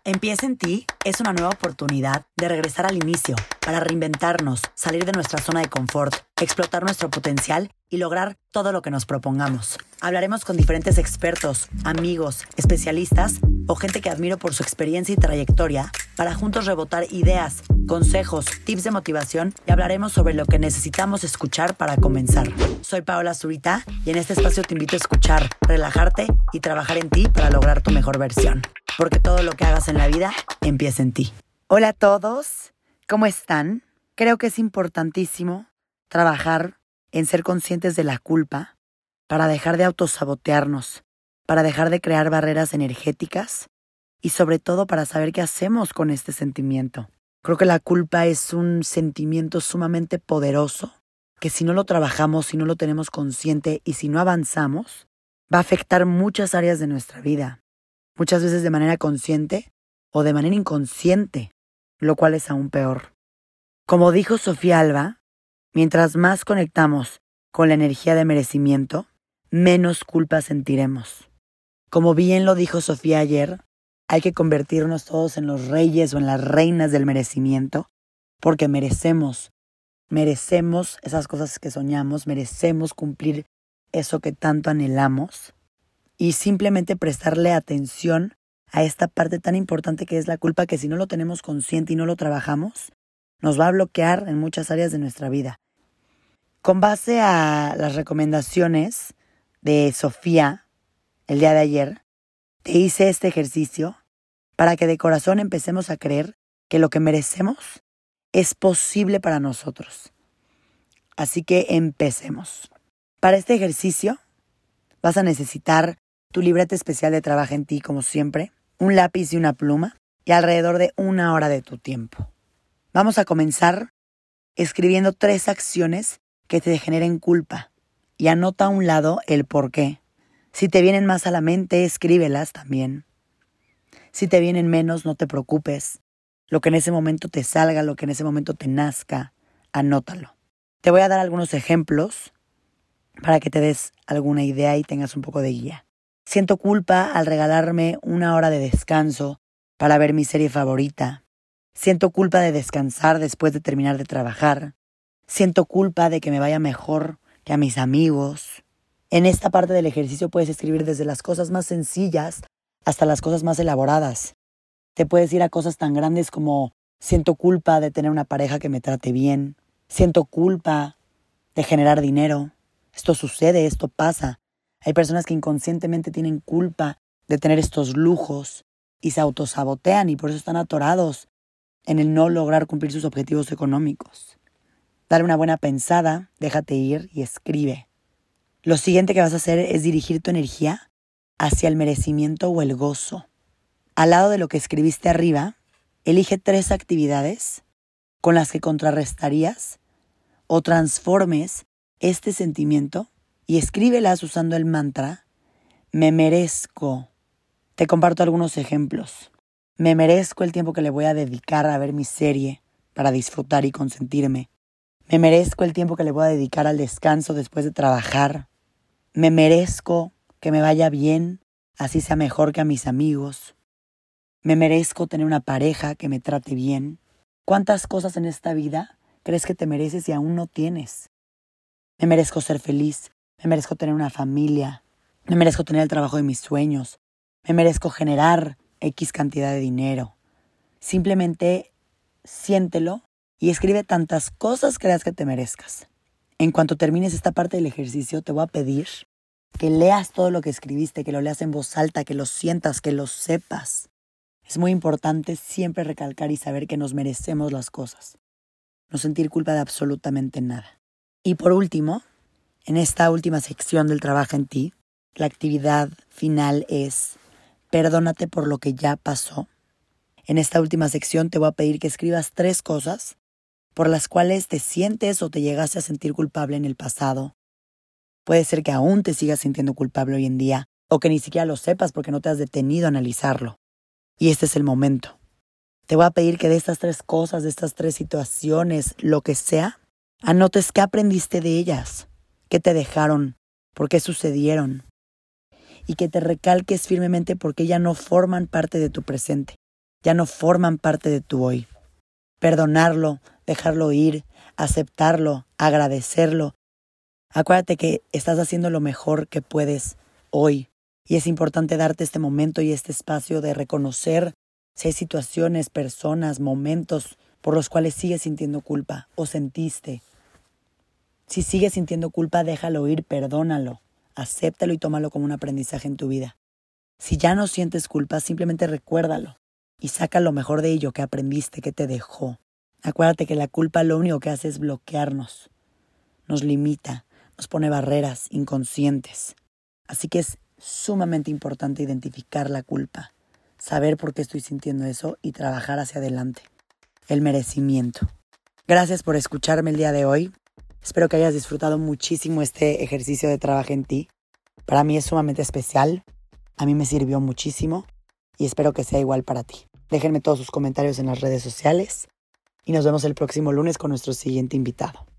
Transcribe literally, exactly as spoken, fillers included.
Empieza en ti es una nueva oportunidad de regresar al inicio, para reinventarnos, salir de nuestra zona de confort, explotar nuestro potencial y lograr todo lo que nos propongamos. Hablaremos con diferentes expertos, amigos, especialistas o gente que admiro por su experiencia y trayectoria para juntos rebotar ideas, consejos, tips de motivación y hablaremos sobre lo que necesitamos escuchar para comenzar. Soy Paola Zurita y en este espacio te invito a escuchar, relajarte y trabajar en ti para lograr tu mejor versión. Porque todo lo que hagas en la vida empieza en ti. Hola a todos, ¿cómo están? Creo que es importantísimo trabajar en ser conscientes de la culpa para dejar de autosabotearnos, para dejar de crear barreras energéticas y sobre todo para saber qué hacemos con este sentimiento. Creo que la culpa es un sentimiento sumamente poderoso que si no lo trabajamos, si no lo tenemos consciente y si no avanzamos, va a afectar muchas áreas de nuestra vida. Muchas veces de manera consciente o de manera inconsciente, lo cual es aún peor. Como dijo Sofía Alba, mientras más conectamos con la energía de merecimiento, menos culpa sentiremos. Como bien lo dijo Sofía ayer, hay que convertirnos todos en los reyes o en las reinas del merecimiento, porque merecemos, merecemos esas cosas que soñamos, merecemos cumplir eso que tanto anhelamos. Y simplemente prestarle atención a esta parte tan importante que es la culpa, que si no lo tenemos consciente y no lo trabajamos, nos va a bloquear en muchas áreas de nuestra vida. Con base a las recomendaciones de Sofía el día de ayer, te hice este ejercicio para que de corazón empecemos a creer que lo que merecemos es posible para nosotros. Así que empecemos. Para este ejercicio vas a necesitar tu libreta especial de Trabaja en Ti, como siempre, un lápiz y una pluma, y alrededor de una hora de tu tiempo. Vamos a comenzar escribiendo tres acciones que te generen culpa, y anota a un lado el por qué. Si te vienen más a la mente, escríbelas también. Si te vienen menos, no te preocupes. Lo que en ese momento te salga, lo que en ese momento te nazca, anótalo. Te voy a dar algunos ejemplos para que te des alguna idea y tengas un poco de guía. Siento culpa al regalarme una hora de descanso para ver mi serie favorita. Siento culpa de descansar después de terminar de trabajar. Siento culpa de que me vaya mejor que a mis amigos. En esta parte del ejercicio puedes escribir desde las cosas más sencillas hasta las cosas más elaboradas. Te puedes ir a cosas tan grandes como siento culpa de tener una pareja que me trate bien. Siento culpa de generar dinero. Esto sucede, esto pasa. Hay personas que inconscientemente tienen culpa de tener estos lujos y se autosabotean y por eso están atorados en el no lograr cumplir sus objetivos económicos. Dale una buena pensada, déjate ir y escribe. Lo siguiente que vas a hacer es dirigir tu energía hacia el merecimiento o el gozo. Al lado de lo que escribiste arriba, elige tres actividades con las que contrarrestarías o transformes este sentimiento y escríbelas usando el mantra me merezco. Te comparto algunos ejemplos. Me merezco el tiempo que le voy a dedicar a ver mi serie para disfrutar y consentirme. Me merezco el tiempo que le voy a dedicar al descanso después de trabajar. Me merezco que me vaya bien, así sea mejor que a mis amigos. Me merezco tener una pareja que me trate bien. ¿Cuántas cosas en esta vida crees que te mereces y aún no tienes? Me merezco ser feliz. Me merezco tener una familia, me merezco tener el trabajo de mis sueños, me merezco generar X cantidad de dinero. Simplemente siéntelo y escribe tantas cosas creas que te merezcas. En cuanto termines esta parte del ejercicio, te voy a pedir que leas todo lo que escribiste, que lo leas en voz alta, que lo sientas, que lo sepas. Es muy importante siempre recalcar y saber que nos merecemos las cosas. No sentir culpa de absolutamente nada. Y por último, en esta última sección del Trabaja en Ti, la actividad final es perdónate por lo que ya pasó. En esta última sección te voy a pedir que escribas tres cosas por las cuales te sientes o te llegaste a sentir culpable en el pasado. Puede ser que aún te sigas sintiendo culpable hoy en día o que ni siquiera lo sepas porque no te has detenido a analizarlo. Y este es el momento. Te voy a pedir que de estas tres cosas, de estas tres situaciones, lo que sea, anotes qué aprendiste de ellas. ¿Qué te dejaron? ¿Por qué sucedieron? Y que te recalques firmemente porque ya no forman parte de tu presente. ya no forman parte de tu hoy. Perdonarlo, dejarlo ir, aceptarlo, agradecerlo. Acuérdate que estás haciendo lo mejor que puedes hoy y es importante darte este momento y este espacio de reconocer si hay situaciones, personas, momentos por los cuales sigues sintiendo culpa o sentiste. Si sigues sintiendo culpa, déjalo ir, perdónalo, acéptalo y tómalo como un aprendizaje en tu vida. Si ya no sientes culpa, simplemente recuérdalo y saca lo mejor de ello que aprendiste, que te dejó. Acuérdate que la culpa lo único que hace es bloquearnos, nos limita, nos pone barreras inconscientes. Así que es sumamente importante identificar la culpa, saber por qué estoy sintiendo eso y trabajar hacia adelante. El merecimiento. Gracias por escucharme el día de hoy. Espero que hayas disfrutado muchísimo este ejercicio de trabajo en ti. Para mí es sumamente especial. A mí me sirvió muchísimo y espero que sea igual para ti. Déjenme todos sus comentarios en las redes sociales y nos vemos el próximo lunes con nuestro siguiente invitado.